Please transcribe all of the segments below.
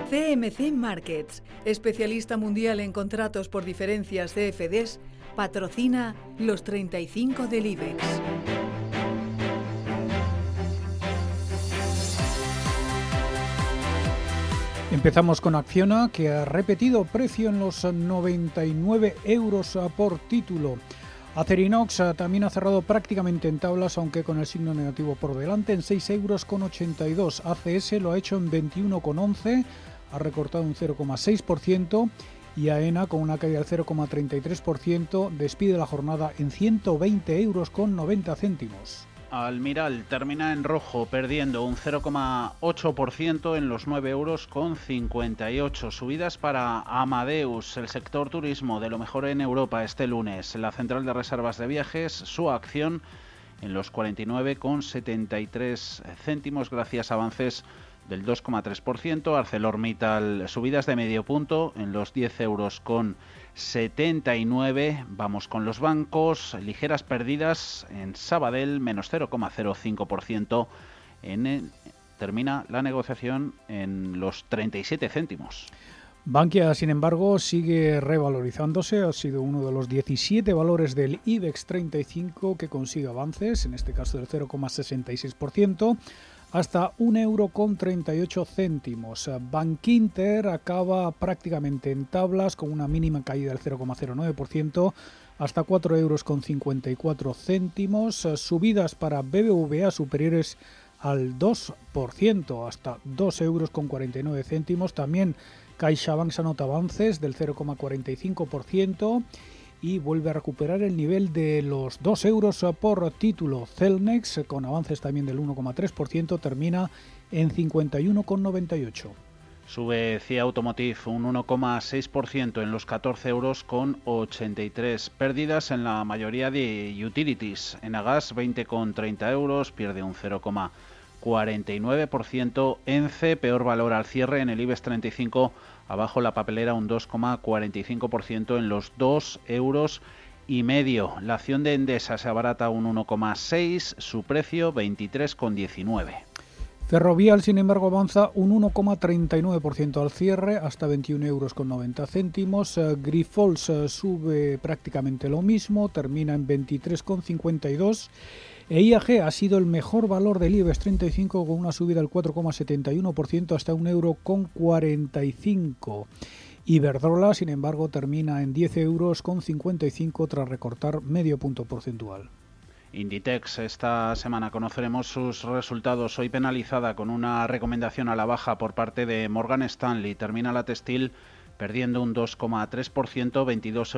CMC Markets, especialista mundial en contratos por diferencias CFDs, patrocina los 35 del IBEX. Empezamos con Acciona, que ha repetido precio en los 99 euros por título. Acerinox también ha cerrado prácticamente en tablas, aunque con el signo negativo por delante, en 6,82 euros. ACS lo ha hecho en 21,11, ha recortado un 0,6%, y AENA, con una caída del 0,33%, despide la jornada en 120,90 euros. Almiral termina en rojo, perdiendo un 0,8% en los 9,58 euros. Subidas para Amadeus, el sector turismo de lo mejor en Europa este lunes. La central de reservas de viajes, su acción en los 49,73 céntimos, gracias a avances del 2,3%. ArcelorMittal, subidas de medio punto en los 10,79 €. Vamos con los bancos, ligeras pérdidas en Sabadell, menos 0,05%. Termina la negociación en los 37 céntimos. Bankia, sin embargo, sigue revalorizándose. Ha sido uno de los 17 valores del IBEX 35 que consigue avances, en este caso del 0,66%. Hasta 1,38 €. Bankinter acaba prácticamente en tablas, con una mínima caída del 0,09%, hasta 4,54 €. Subidas para BBVA superiores al 2%, hasta 2,49 €. También CaixaBank se anota avances del 0,45%. Y vuelve a recuperar el nivel de los 2 euros por título. Celnex, con avances también del 1,3%, termina en 51,98. Sube CIA Automotive un 1,6% en los 14,83 €. Pérdidas en la mayoría de utilities. Enagas, 20,30 €, pierde un 0,49%. ENCE, peor valor al cierre en el IBEX 35, abajo la papelera un 2,45% en los 2,5 €. La acción de Endesa se abarata un 1,6, su precio 23,19. Ferrovial, sin embargo, avanza un 1,39% al cierre, hasta 21,90 €. Grifols sube prácticamente lo mismo, termina en 23,52. E IAG ha sido el mejor valor del IBEX 35, con una subida del 4,71% hasta 1,45 €. Iberdrola, sin embargo, termina en 10,55 € tras recortar medio punto porcentual. Inditex, esta semana conoceremos sus resultados, hoy penalizada con una recomendación a la baja por parte de Morgan Stanley. Termina la textil perdiendo un 2,3%,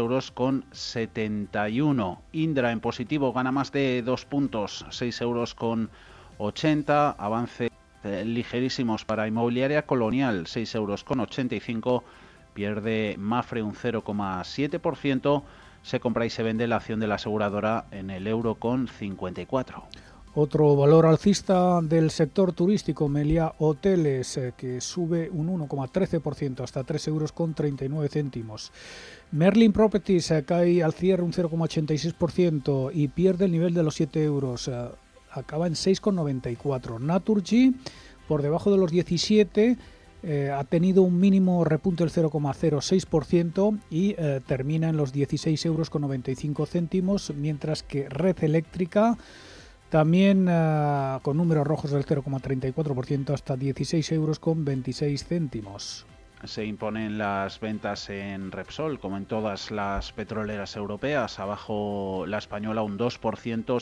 22,71 €. Indra en positivo, gana más de 2 puntos, 6,80 €. Avance ligerísimos para Inmobiliaria Colonial, 6,85 €. Pierde Mapfre un 0,7%. Se compra y se vende la acción de la aseguradora en el 1,54 €. Otro valor alcista del sector turístico, Meliá Hoteles, que sube un 1,13% hasta 3,39 €. Merlin Properties cae al cierre un 0,86% y pierde el nivel de los 7 euros. Acaba en 6,94. Naturgy, por debajo de los 17, ha tenido un mínimo repunte del 0,06% y termina en los 16,95 €, mientras que Red Eléctrica, también con números rojos del 0,34% hasta 16,26 €. Se imponen las ventas en Repsol, como en todas las petroleras europeas. Abajo la española un 2%,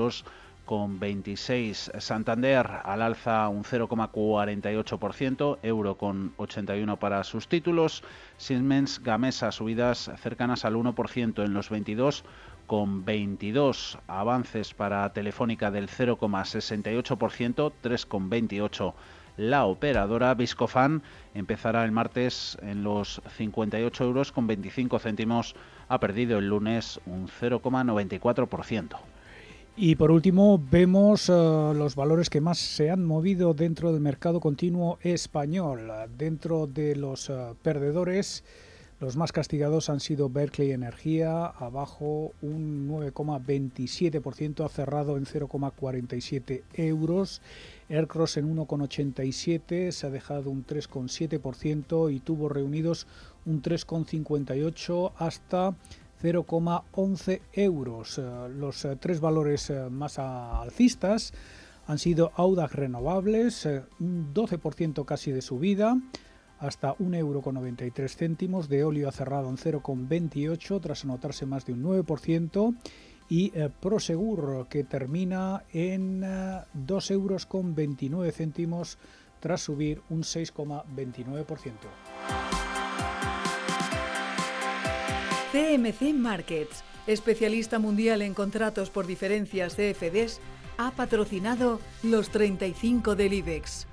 6,26 €. Santander al alza un 0,48%, 1,81 € para sus títulos. Siemens Gamesa, subidas cercanas al 1% en los 22,22. Avances para Telefónica del 0,68%, 3,28 € la operadora. Viscofan empezará el martes en los 58,25 €. Ha perdido el lunes un 0,94%. Y por último vemos los valores que más se han movido dentro del mercado continuo español. Dentro de los perdedores, Los más castigados han sido Berkeley Energía, abajo un 9,27%, ha cerrado en 0,47 euros. Aircross en 1,87, se ha dejado un 3,7% y Tubos Reunidos un 3,58 hasta 0,11 euros. Los tres valores más alcistas han sido Audax Renovables, un 12% casi de subida, hasta 1,93 €. De Olio ha cerrado en 0,28 tras anotarse más de un 9%. Y Prosegur, que termina en 2,29 € tras subir un 6,29%. CMC Markets, especialista mundial en contratos por diferencias CFDs, ha patrocinado los 35 del IBEX.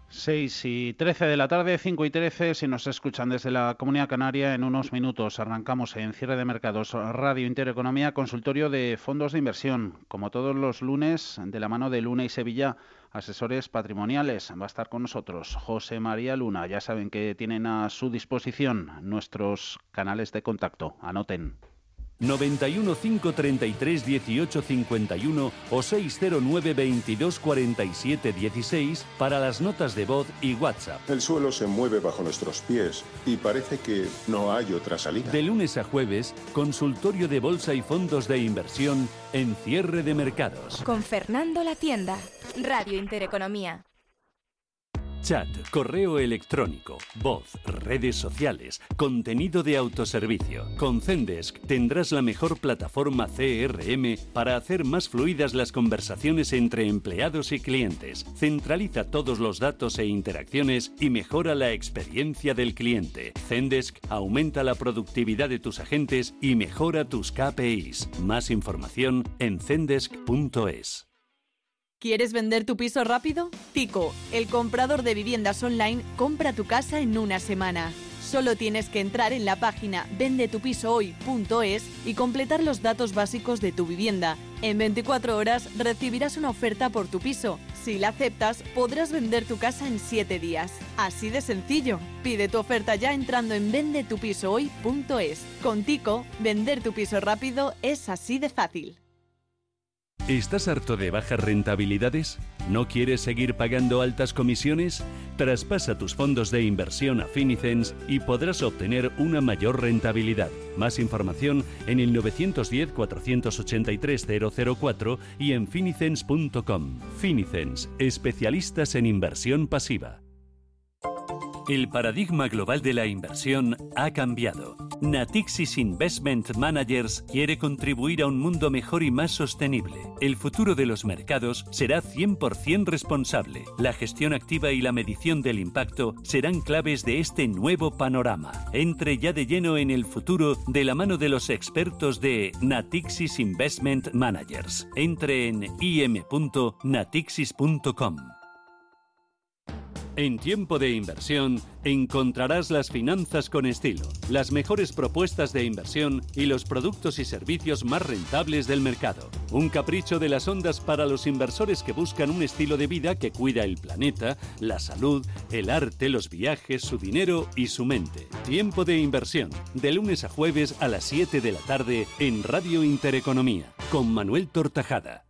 6:13 de la tarde, 5:13, si nos escuchan desde la Comunidad Canaria, en unos minutos arrancamos en Cierre de Mercados, Radio Intereconomía, consultorio de fondos de inversión, como todos los lunes, de la mano de Luna y Sevilla, asesores patrimoniales. Va a estar con nosotros José María Luna. Ya saben que tienen a su disposición nuestros canales de contacto. Anoten. 91 533 18 51 o 609 22 47 16 para las notas de voz y WhatsApp. El suelo se mueve bajo nuestros pies y parece que no hay otra salida. De lunes a jueves, consultorio de bolsa y fondos de inversión en Cierre de Mercados. Con Fernando La Tienda, Radio Intereconomía. Chat, correo electrónico, voz, redes sociales, contenido de autoservicio. Con Zendesk tendrás la mejor plataforma CRM para hacer más fluidas las conversaciones entre empleados y clientes. Centraliza todos los datos e interacciones y mejora la experiencia del cliente. Zendesk aumenta la productividad de tus agentes y mejora tus KPIs. Más información en zendesk.es. ¿Quieres vender tu piso rápido? Tico, el comprador de viviendas online, compra tu casa en una semana. Solo tienes que entrar en la página vendetupisohoy.es y completar los datos básicos de tu vivienda. En 24 horas recibirás una oferta por tu piso. Si la aceptas, podrás vender tu casa en 7 días. Así de sencillo. Pide tu oferta ya entrando en vendetupisohoy.es. Con Tico, vender tu piso rápido es así de fácil. ¿Estás harto de bajas rentabilidades? ¿No quieres seguir pagando altas comisiones? Traspasa tus fondos de inversión a Finicens y podrás obtener una mayor rentabilidad. Más información en el 910-483-004 y en finicens.com. Finicens, especialistas en inversión pasiva. El paradigma global de la inversión ha cambiado. Natixis Investment Managers quiere contribuir a un mundo mejor y más sostenible. El futuro de los mercados será 100% responsable. La gestión activa y la medición del impacto serán claves de este nuevo panorama. Entre ya de lleno en el futuro de la mano de los expertos de Natixis Investment Managers. Entre en im.natixis.com. En Tiempo de Inversión encontrarás las finanzas con estilo, las mejores propuestas de inversión y los productos y servicios más rentables del mercado. Un capricho de las ondas para los inversores que buscan un estilo de vida que cuida el planeta, la salud, el arte, los viajes, su dinero y su mente. Tiempo de Inversión, de lunes a jueves a las 7 de la tarde en Radio Intereconomía, con Manuel Tortajada.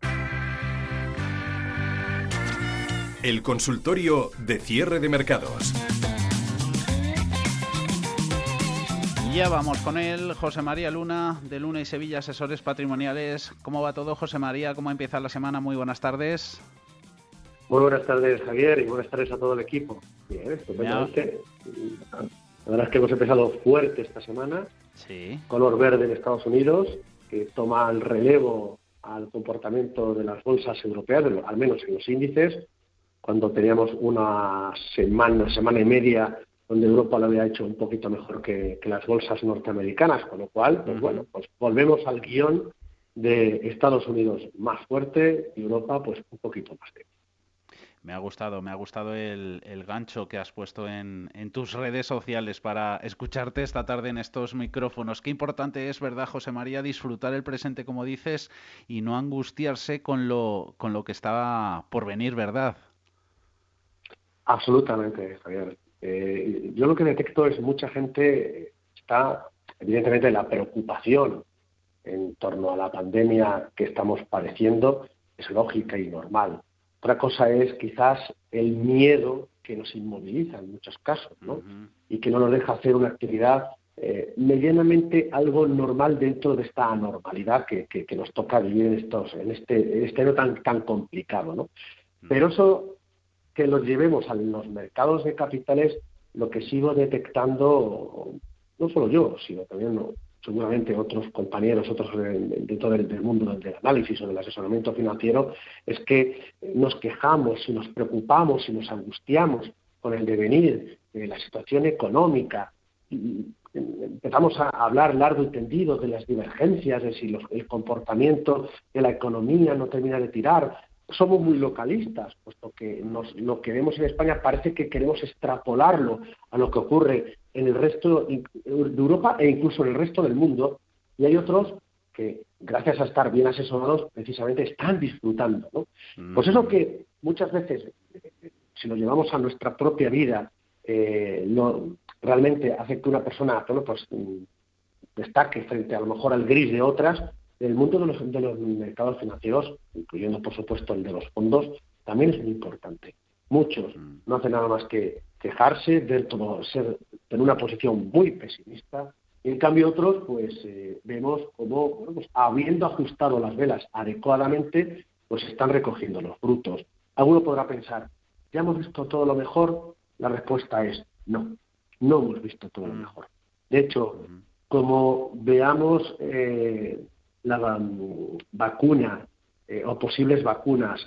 El consultorio de cierre de mercados. Ya vamos con él, José María Luna, de Luna y Sevilla, asesores patrimoniales. ¿Cómo va todo, José María? ¿Cómo empieza la semana? Muy buenas tardes. Muy buenas tardes, Javier, y buenas tardes a todo el equipo. Bien, estupendamente. La verdad es que hemos empezado fuerte esta semana. Sí. Color verde en Estados Unidos, que toma el relevo al comportamiento de las bolsas europeas, al menos en los índices, cuando teníamos una semana y media donde Europa lo había hecho un poquito mejor que las bolsas norteamericanas, con lo cual, pues bueno, pues volvemos al guión de Estados Unidos más fuerte y Europa pues un poquito más débil. Me ha gustado el gancho que has puesto en tus redes sociales para escucharte esta tarde en estos micrófonos. Qué importante es, ¿verdad, José María, disfrutar el presente, como dices, y no angustiarse con lo que está por venir, ¿verdad? Absolutamente, Javier. Yo lo que detecto es mucha gente está evidentemente la preocupación en torno a la pandemia que estamos padeciendo, es lógica y normal. Otra cosa es quizás el miedo que nos inmoviliza en muchos casos, ¿no? Y que no nos deja hacer una actividad medianamente algo normal dentro de esta anormalidad que nos toca vivir en este año tan complicado, ¿no? Pero eso que los llevemos a los mercados de capitales, lo que sigo detectando, no solo yo, sino también seguramente otros compañeros, otros dentro del mundo del análisis o del asesoramiento financiero, es que nos quejamos y nos preocupamos y nos angustiamos con el devenir de la situación económica. Y empezamos a hablar largo y tendido de las divergencias, de si el comportamiento de la economía no termina de tirar. Somos muy localistas, puesto que lo que vemos en España parece que queremos extrapolarlo a lo que ocurre en el resto de Europa e incluso en el resto del mundo, y hay otros que, gracias a estar bien asesorados, precisamente están disfrutando, ¿no? Pues eso que muchas veces, si lo llevamos a nuestra propia vida, realmente hace que una persona destaque frente a lo mejor al gris de otras. El mundo de los mercados financieros, incluyendo por supuesto el de los fondos, también es muy importante. Muchos no hacen nada más que quejarse, tener una posición muy pesimista, y en cambio otros vemos como, habiendo ajustado las velas adecuadamente, pues están recogiendo los frutos. Alguno podrá pensar, ¿ya hemos visto todo lo mejor? La respuesta es no hemos visto todo lo mejor. De hecho, como veamos la vacuna o posibles vacunas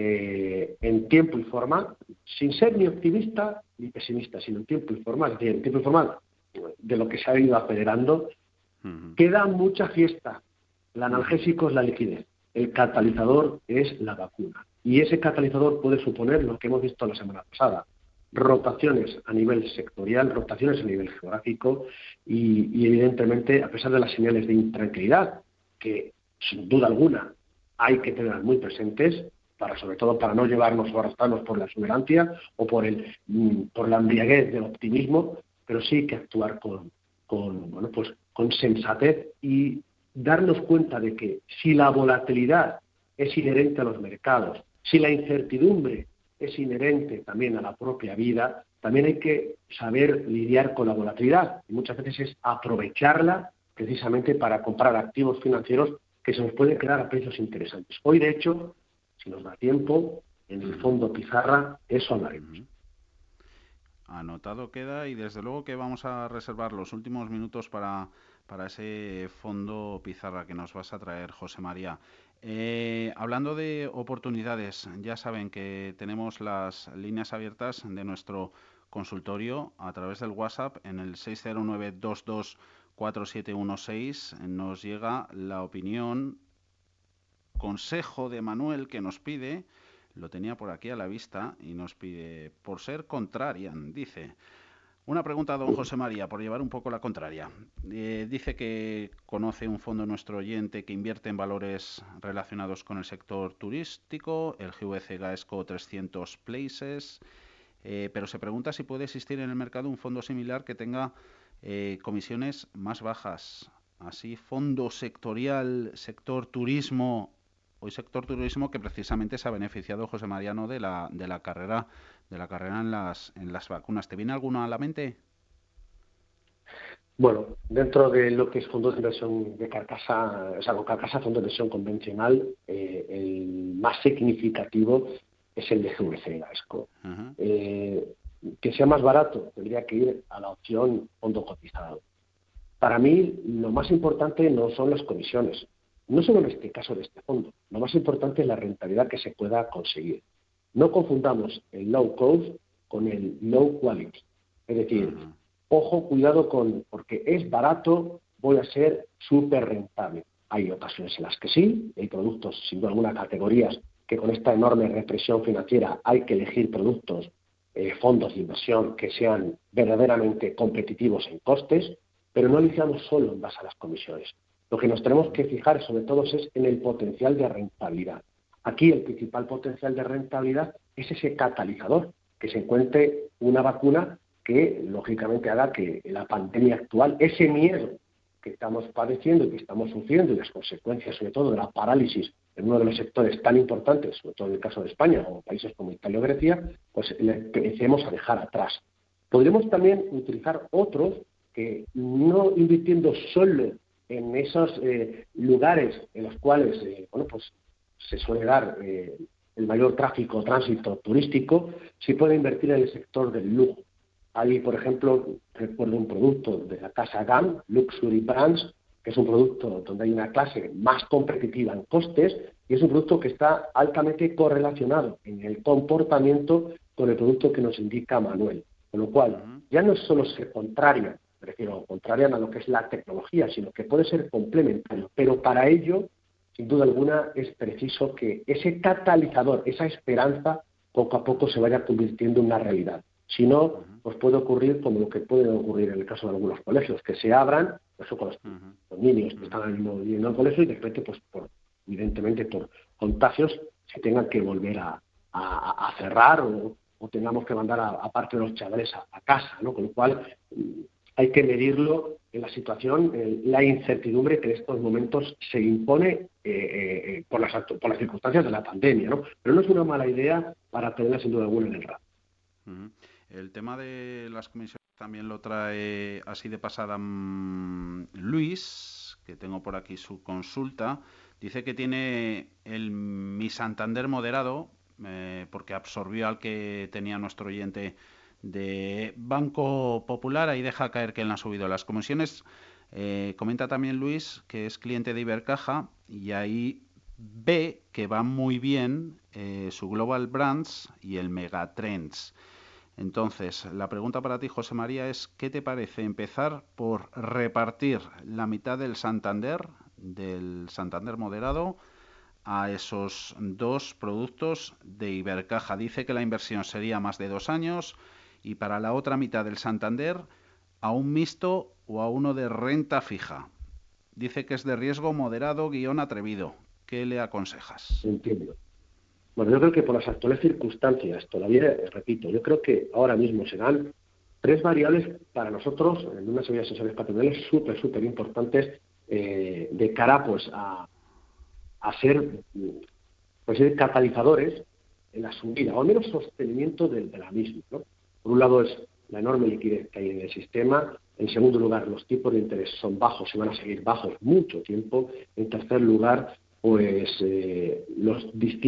en tiempo y forma, sin ser ni optimista ni pesimista, sino en tiempo y forma, es decir, en tiempo y forma de lo que se ha ido acelerando, queda mucha fiesta. El analgésico es la liquidez, el catalizador es la vacuna. Y ese catalizador puede suponer lo que hemos visto la semana pasada: rotaciones a nivel sectorial, rotaciones a nivel geográfico y evidentemente, a pesar de las señales de intranquilidad, que sin duda alguna hay que tener muy presentes, sobre todo para no llevarnos o arrastrarnos por la exuberancia o por la embriaguez del optimismo, pero sí que actuar con sensatez y darnos cuenta de que si la volatilidad es inherente a los mercados, si la incertidumbre es inherente también a la propia vida, también hay que saber lidiar con la volatilidad, y muchas veces es aprovecharla precisamente para comprar activos financieros que se nos pueden quedar a precios interesantes. Hoy, de hecho, si nos da tiempo, en el fondo pizarra, eso hablaremos. Anotado queda, y desde luego que vamos a reservar los últimos minutos para ese fondo pizarra que nos vas a traer, José María. Hablando de oportunidades, ya saben que tenemos las líneas abiertas de nuestro consultorio a través del WhatsApp en el 609224716. Nos llega la opinión, consejo de Manuel, que nos pide, lo tenía por aquí a la vista, y nos pide, por ser contrarian, dice, una pregunta a don José María, por llevar un poco la contraria. Dice que conoce un fondo, nuestro oyente, que invierte en valores relacionados con el sector turístico, el GVC Gaesco 300 Places, pero se pregunta si puede existir en el mercado un fondo similar que tenga comisiones más bajas. Así, fondo sectorial, sector turismo, hoy sector turismo, que precisamente se ha beneficiado, José Mariano, de la carrera en las vacunas. ¿Te viene alguna a la mente? Bueno, dentro de lo que es fondos de inversión de carcasa, con carcasa, fondo de inversión convencional, el más significativo es el de GVC Gaesco. Que sea más barato, tendría que ir a la opción fondo cotizado. Para mí, lo más importante no son las comisiones, no solo en este caso de este fondo. Lo más importante es la rentabilidad que se pueda conseguir. No confundamos el low cost con el low quality. Es decir, ojo, cuidado porque es barato, voy a ser súper rentable. Hay ocasiones en las que sí, hay productos, sin duda alguna, categorías que con esta enorme represión financiera hay que elegir productos, fondos de inversión que sean verdaderamente competitivos en costes, pero no iniciamos solo en base a las comisiones. Lo que nos tenemos que fijar sobre todo es en el potencial de rentabilidad. Aquí el principal potencial de rentabilidad es ese catalizador, que se encuentre una vacuna que lógicamente haga que la pandemia actual, ese miedo que estamos padeciendo y que estamos sufriendo, y las consecuencias sobre todo de la parálisis en uno de los sectores tan importantes, sobre todo en el caso de España o países como Italia o Grecia, pues le empecemos a dejar atrás. Podremos también utilizar otros que, no invirtiendo solo en esos lugares en los cuales pues se suele dar el mayor tránsito turístico, sí puede invertir en el sector del lujo. Hay, por ejemplo, recuerdo un producto de la casa GAM, Luxury Brands, que es un producto donde hay una clase más competitiva en costes, y es un producto que está altamente correlacionado en el comportamiento con el producto que nos indica Manuel. Con lo cual, ya no es solo ser contraria a lo que es la tecnología, sino que puede ser complementario. Pero para ello, sin duda alguna, es preciso que ese catalizador, esa esperanza, poco a poco se vaya convirtiendo en una realidad. Si no, pues puede ocurrir como lo que puede ocurrir en el caso de algunos colegios, que se abran, eso con los niños que están en el colegio, y de repente, pues evidentemente por contagios, se tengan que volver a cerrar o tengamos que mandar a parte de los chavales a casa, ¿no? Con lo cual hay que medirlo en la situación, la incertidumbre que en estos momentos se impone por las circunstancias de la pandemia, ¿no? Pero no es una mala idea para tenerla sin duda alguna en el radar. El tema de las comisiones también lo trae así de pasada Luis, que tengo por aquí su consulta. Dice que tiene el Mi Santander moderado, porque absorbió al que tenía nuestro oyente de Banco Popular. Ahí deja caer que él ha subido las comisiones. Comenta también Luis que es cliente de Ibercaja y ahí ve que va muy bien su Global Brands y el Megatrends. Entonces, la pregunta para ti, José María, es ¿qué te parece empezar por repartir la mitad del Santander moderado, a esos dos productos de Ibercaja? Dice que la inversión sería más de 2 años y para la otra mitad del Santander a un mixto o a uno de renta fija. Dice que es de riesgo moderado / atrevido. ¿Qué le aconsejas? Entiendo. Bueno, yo creo que por las actuales circunstancias, todavía, repito, yo creo que ahora mismo serán 3 variables para nosotros en unas medidas asesores patrimoniales súper importantes de cara pues a ser catalizadores en la subida, o al menos sostenimiento de la misma, ¿no? Por un lado es la enorme liquidez que hay en el sistema. En segundo lugar, los tipos de interés son bajos y van a seguir bajos mucho tiempo. En tercer lugar, pues las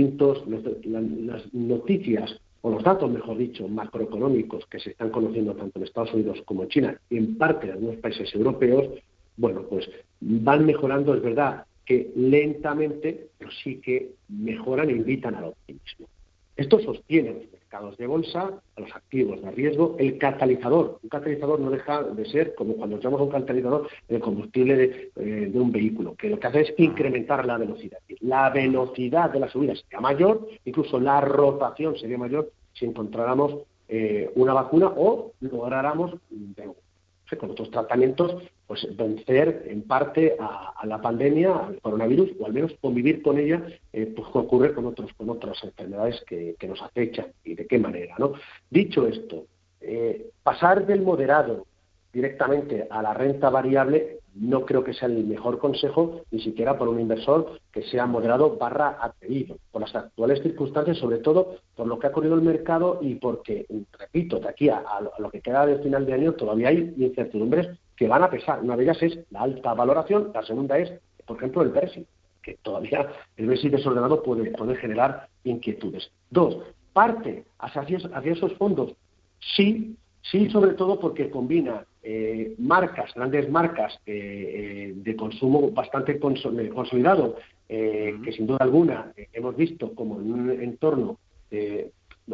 noticias, o los datos, mejor dicho, macroeconómicos que se están conociendo tanto en Estados Unidos como en China y en parte en algunos países europeos, bueno, pues van mejorando, es verdad que lentamente, pero sí que mejoran e invitan al optimismo. Esto sostiene los mercados de bolsa, a los activos de riesgo. El catalizador, un catalizador no deja de ser, como cuando echamos un catalizador de combustible de un vehículo, que lo que hace es incrementar la velocidad. La velocidad de la subida sería mayor, incluso la rotación sería mayor si encontráramos una vacuna o lográramos, con otros tratamientos, pues vencer en parte a la pandemia, al coronavirus, o al menos convivir con ella, pues ocurre con otras enfermedades que nos acechan y de qué manera, ¿no? Dicho esto, pasar del moderado directamente a la renta variable no creo que sea el mejor consejo, ni siquiera por un inversor que sea moderado / atrevido, por las actuales circunstancias, sobre todo por lo que ha ocurrido en el mercado y porque, repito, de aquí a lo que queda del final de año todavía hay incertidumbres que van a pesar. Una de ellas es la alta valoración, la segunda es, por ejemplo, el Brexit, que todavía el Brexit desordenado puede generar inquietudes. 2, parte hacia esos fondos, sí, sobre todo porque combina grandes marcas de consumo bastante consolidado, que sin duda alguna hemos visto como en un entorno de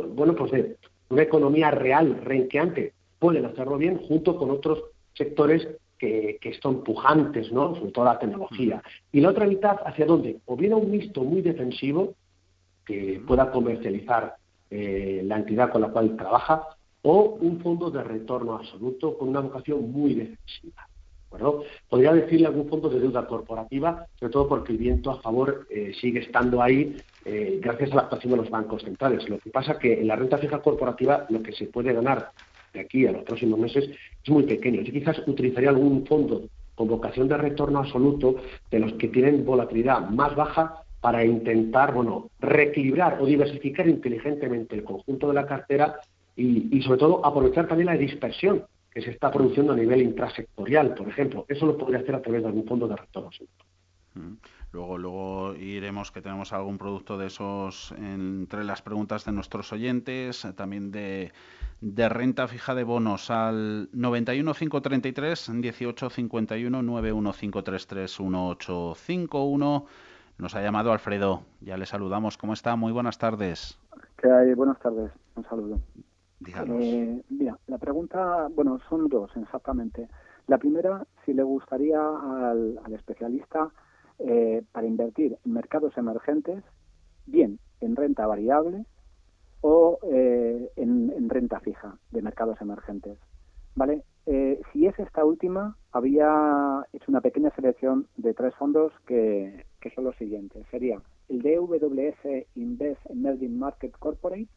una economía real, renqueante, pueden hacerlo bien junto con otros sectores que son pujantes, ¿no? Sobre todo la tecnología. Y la otra mitad, ¿hacia dónde? O bien a un mixto muy defensivo que pueda comercializar la entidad con la cual trabaja, o un fondo de retorno absoluto con una vocación muy defensiva, ¿de acuerdo? Podría decirle algún fondo de deuda corporativa, sobre todo porque el viento a favor sigue estando ahí gracias a la actuación de los bancos centrales. Lo que pasa que en la renta fija corporativa lo que se puede ganar de aquí a los próximos meses es muy pequeño. Yo quizás utilizaría algún fondo con vocación de retorno absoluto de los que tienen volatilidad más baja para intentar, reequilibrar o diversificar inteligentemente el conjunto de la cartera y sobre todo aprovechar también la dispersión que se está produciendo a nivel intrasectorial, por ejemplo. Eso lo podría hacer a través de algún fondo de retorno absoluto. Luego iremos, que tenemos algún producto de esos entre las preguntas de nuestros oyentes, también de renta fija de bonos al 91 533 18 51 91 533 1851. Nos ha llamado Alfredo, ya le saludamos. ¿Cómo está? Muy buenas tardes. ¿Qué hay? Buenas tardes, un saludo. Díganos. Mira, la pregunta, son dos exactamente. La primera, si le gustaría al especialista para invertir en mercados emergentes, bien en renta variable o en renta fija de mercados emergentes, ¿vale? Si es esta última, había hecho una pequeña selección de 3 fondos que son los siguientes. Sería el DWS Invest Emerging Market Corporate,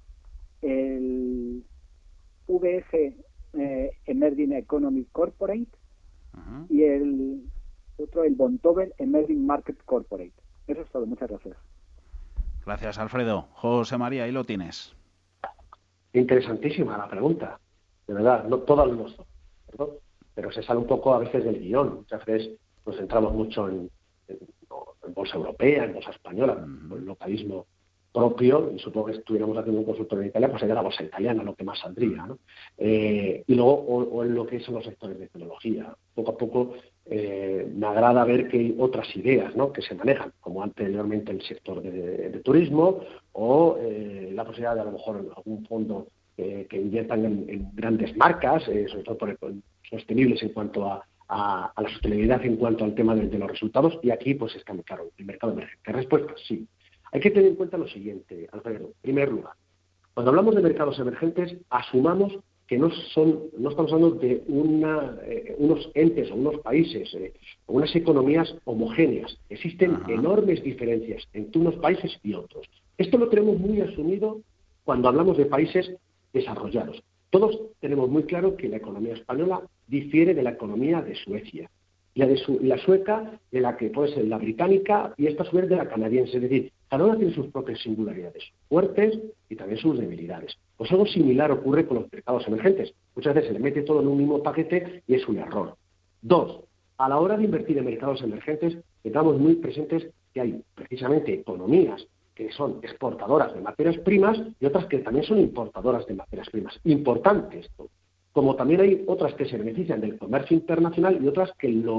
el VS Emerging Economy Corporate y el otro, el Vontobel Emerging Market Corporate. Eso es todo. Muchas gracias. Gracias, Alfredo. José María, ahí lo tienes. Interesantísima la pregunta. De verdad, no todas lo son, ¿verdad? Pero se sale un poco a veces del guión. Muchas veces nos centramos mucho en bolsa europea, en bolsa española, el localismo propio, y supongo que si estuviéramos haciendo un consultorio en Italia, pues sería la bolsa italiana lo que más saldría, ¿no? Y luego, o en lo que son los sectores de tecnología. Poco a poco me agrada ver que hay otras ideas, ¿no?, que se manejan, como anteriormente el sector de turismo, o la posibilidad de a lo mejor algún fondo que inviertan en grandes marcas, sobre todo sostenibles en cuanto a la sostenibilidad, en cuanto al tema de los resultados, y aquí pues está muy claro, el mercado emergente. Respuesta, sí. Hay que tener en cuenta lo siguiente, Alfredo. En primer lugar, cuando hablamos de mercados emergentes, asumamos que no estamos hablando de unos entes o unos países o unas economías homogéneas. Existen enormes diferencias entre unos países y otros. Esto lo tenemos muy asumido cuando hablamos de países desarrollados. Todos tenemos muy claro que la economía española difiere de la economía de Suecia. La sueca de la que puede ser la británica y esta a su vez de la canadiense. Es decir, cada una tiene sus propias singularidades, fuertes y también sus debilidades. Pues algo similar ocurre con los mercados emergentes. Muchas veces se le mete todo en un mismo paquete y es un error. 2. A la hora de invertir en mercados emergentes, estamos muy presentes que hay precisamente economías que son exportadoras de materias primas y otras que también son importadoras de materias primas. Importante esto. Como también hay otras que se benefician del comercio internacional y otras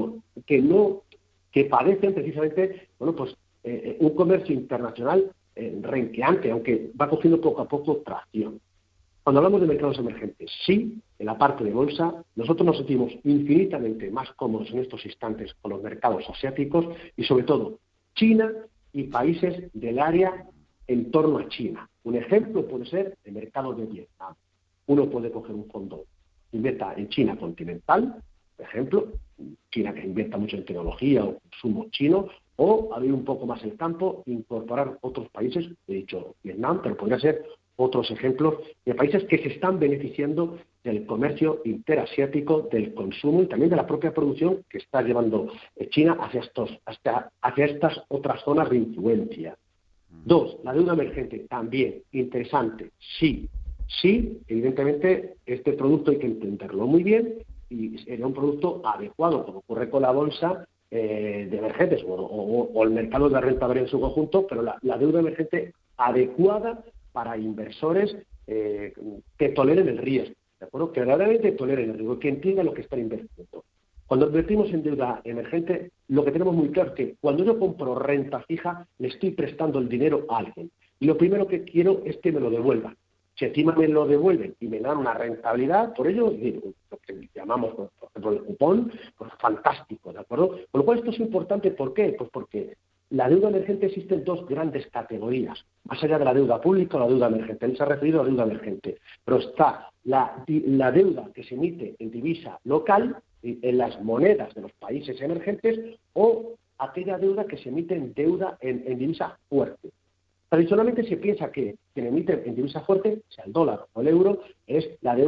que padecen precisamente, un comercio internacional renqueante, aunque va cogiendo poco a poco tracción. Cuando hablamos de mercados emergentes, sí, en la parte de bolsa, nosotros nos sentimos infinitamente más cómodos en estos instantes con los mercados asiáticos y sobre todo China y países del área en torno a China. Un ejemplo puede ser el mercado de Vietnam. Uno puede coger un fondo que invierta en China continental, por ejemplo, China que invierta mucho en tecnología o consumo chino, o abrir un poco más el campo, incorporar otros países, he dicho Vietnam, pero podría ser otros ejemplos de países que se están beneficiando del comercio interasiático, del consumo y también de la propia producción que está llevando China hacia estas otras zonas de influencia. 2. La deuda emergente, también interesante, sí, evidentemente este producto hay que entenderlo muy bien y sería un producto adecuado, como ocurre con la bolsa de emergentes o el mercado de renta variable en su conjunto, pero la deuda emergente adecuada para inversores que toleren el riesgo, ¿de acuerdo? Que verdaderamente toleren el riesgo, que entiendan lo que están invirtiendo. Cuando invertimos en deuda emergente, lo que tenemos muy claro es que cuando yo compro renta fija, le estoy prestando el dinero a alguien. Y lo primero que quiero es que me lo devuelvan. Si encima me lo devuelven y me dan una rentabilidad, por ello, lo que llamamos, por ejemplo, el cupón, pues fantástico, ¿de acuerdo? Con lo cual esto es importante, ¿por qué? Pues porque la deuda emergente existen 2 grandes categorías, más allá de la deuda pública o la deuda emergente. Él se ha referido a la deuda emergente, pero está la deuda que se emite en divisa local, en las monedas de los países emergentes, o aquella deuda que se emite en divisa fuerte. Tradicionalmente se piensa que quien emite en divisa fuerte, sea el dólar o el euro, es la deuda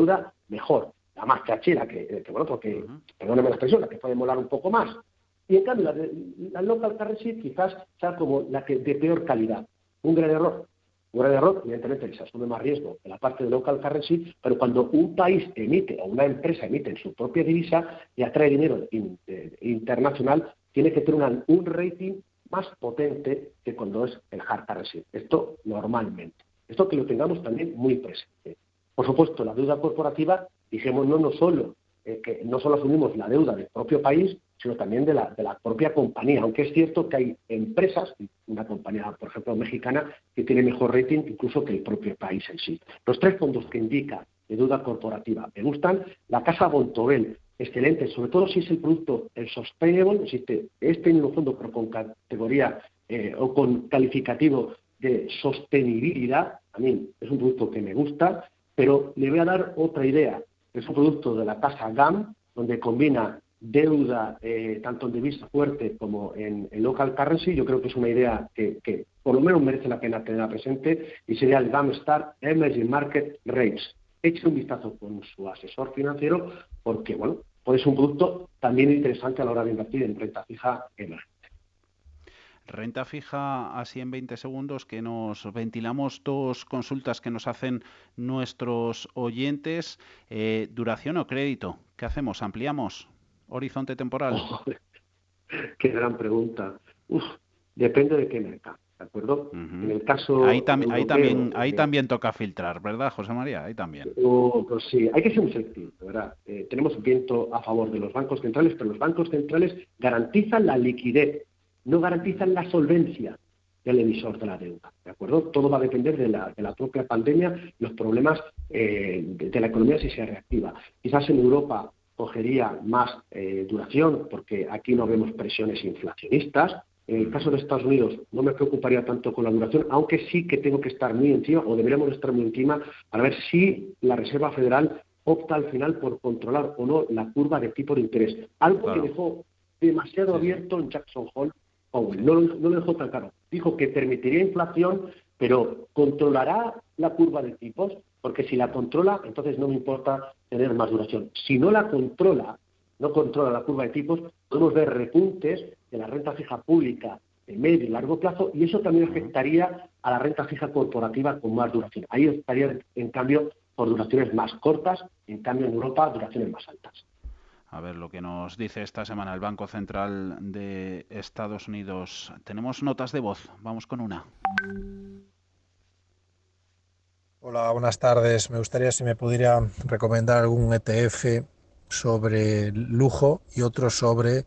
mejor, la más chachera, porque, perdónenme la expresión, la que puede molar un poco más. Y en cambio, la local currency quizás sea como la que de peor calidad. Un gran error, evidentemente, se asume más riesgo en la parte de local currency, pero cuando un país emite o una empresa emite en su propia divisa y atrae dinero internacional, tiene que tener un rating más potente que cuando es el hard currency. Esto normalmente. Esto que lo tengamos también muy presente. Por supuesto, la deuda corporativa, dijimos, no solo asumimos la deuda del propio país, sino también de la propia compañía, aunque es cierto que hay empresas, una compañía, por ejemplo, mexicana, que tiene mejor rating incluso que el propio país en sí. Los 3 fondos que indica de deuda corporativa me gustan. La Casa Bontobel, excelente, sobre todo si es el producto, el sustainable, existe este mismo fondo, pero con categoría o con calificativo de sostenibilidad. A mí es un producto que me gusta, pero le voy a dar otra idea. Es un producto de la casa GAM, donde combina deuda tanto en divisa fuerte como en local currency. Yo creo que es una idea que por lo menos merece la pena tenerla presente, y sería el GAM Star Emerging Market Rates. Eche un vistazo con su asesor financiero, porque puede ser un producto también interesante a la hora de invertir en renta fija emergente. Renta fija, así en 20 segundos, que nos ventilamos 2 consultas que nos hacen nuestros oyentes. ¿Duración o crédito? ¿Qué hacemos? ¿Ampliamos? ¿Horizonte temporal? Qué gran pregunta. Depende de qué mercado, ¿de acuerdo? En el caso ahí también toca filtrar, ¿verdad, José María? Ahí también. Pues sí, hay que ser muy selectivo, ¿verdad? Tenemos viento a favor de los bancos centrales, pero los bancos centrales garantizan la liquidez, no garantizan la solvencia del emisor de la deuda, ¿de acuerdo? Todo va a depender de la propia pandemia, los problemas de la economía si se reactiva. Quizás en Europa cogería más duración, porque aquí no vemos presiones inflacionistas. En el caso de Estados Unidos no me preocuparía tanto con la duración, aunque sí que tengo que estar muy encima, o deberíamos estar muy encima, para ver si la Reserva Federal opta al final por controlar o no la curva de tipo de interés. Algo que dejó demasiado abierto en Jackson Hole Powell. No lo dejó tan claro. Dijo que permitiría inflación, pero ¿controlará la curva de tipos? Porque si la controla, entonces no me importa tener más duración. Si no la controla, no controla la curva de tipos, podemos ver repuntes de la renta fija pública de medio y largo plazo, y eso también afectaría a la renta fija corporativa con más duración. Ahí estaría, en cambio, por duraciones más cortas, en cambio en Europa, duraciones más altas. A ver lo que nos dice esta semana el Banco Central de Estados Unidos. Tenemos notas de voz. Vamos con una. Hola, buenas tardes. Me gustaría si me pudiera recomendar algún ETF sobre lujo y otro sobre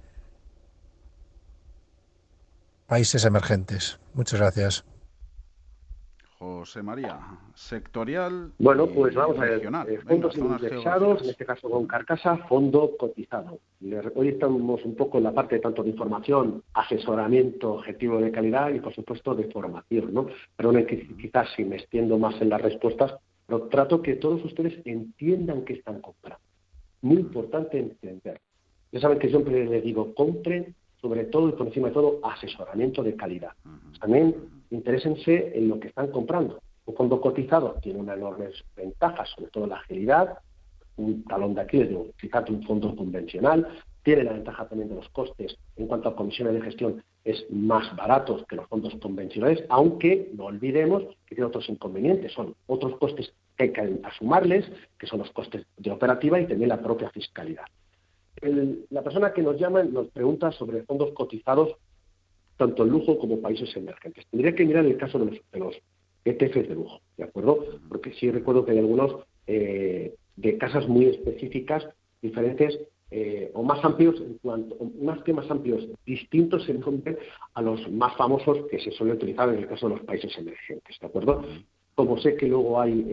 países emergentes. Muchas gracias. José María, sectorial. Bueno, pues vamos a ver, fondos Venga, indexados, en este caso con Carcasa, fondo cotizado. Hoy estamos un poco en la parte tanto de información, asesoramiento, objetivo de calidad y, por supuesto, de formación, ¿no? Perdonen que quizás si me extiendo más en las respuestas, pero trato que todos ustedes entiendan qué están comprando. Muy importante entender. Ya saben que siempre les digo, compren, sobre todo y por encima de todo, asesoramiento de calidad. También interésense en lo que están comprando. Un fondo cotizado tiene una enorme ventaja, sobre todo la agilidad. Un talón de Aquiles de utilizar un fondo convencional. Tiene la ventaja también de los costes en cuanto a comisiones de gestión, es más baratos que los fondos convencionales, aunque no olvidemos que tiene otros inconvenientes, son otros costes que hay que asumirles, que son los costes de operativa y también la propia fiscalidad. La persona que nos llama nos pregunta sobre fondos cotizados tanto en lujo como países emergentes. Tendría que mirar el caso de los ETFs de lujo, ¿de acuerdo? Porque sí recuerdo que hay algunos de casas muy específicas, diferentes o más amplios, más amplios, distintos en nombre a los más famosos que se suelen utilizar en el caso de los países emergentes, ¿de acuerdo? Como sé que luego hay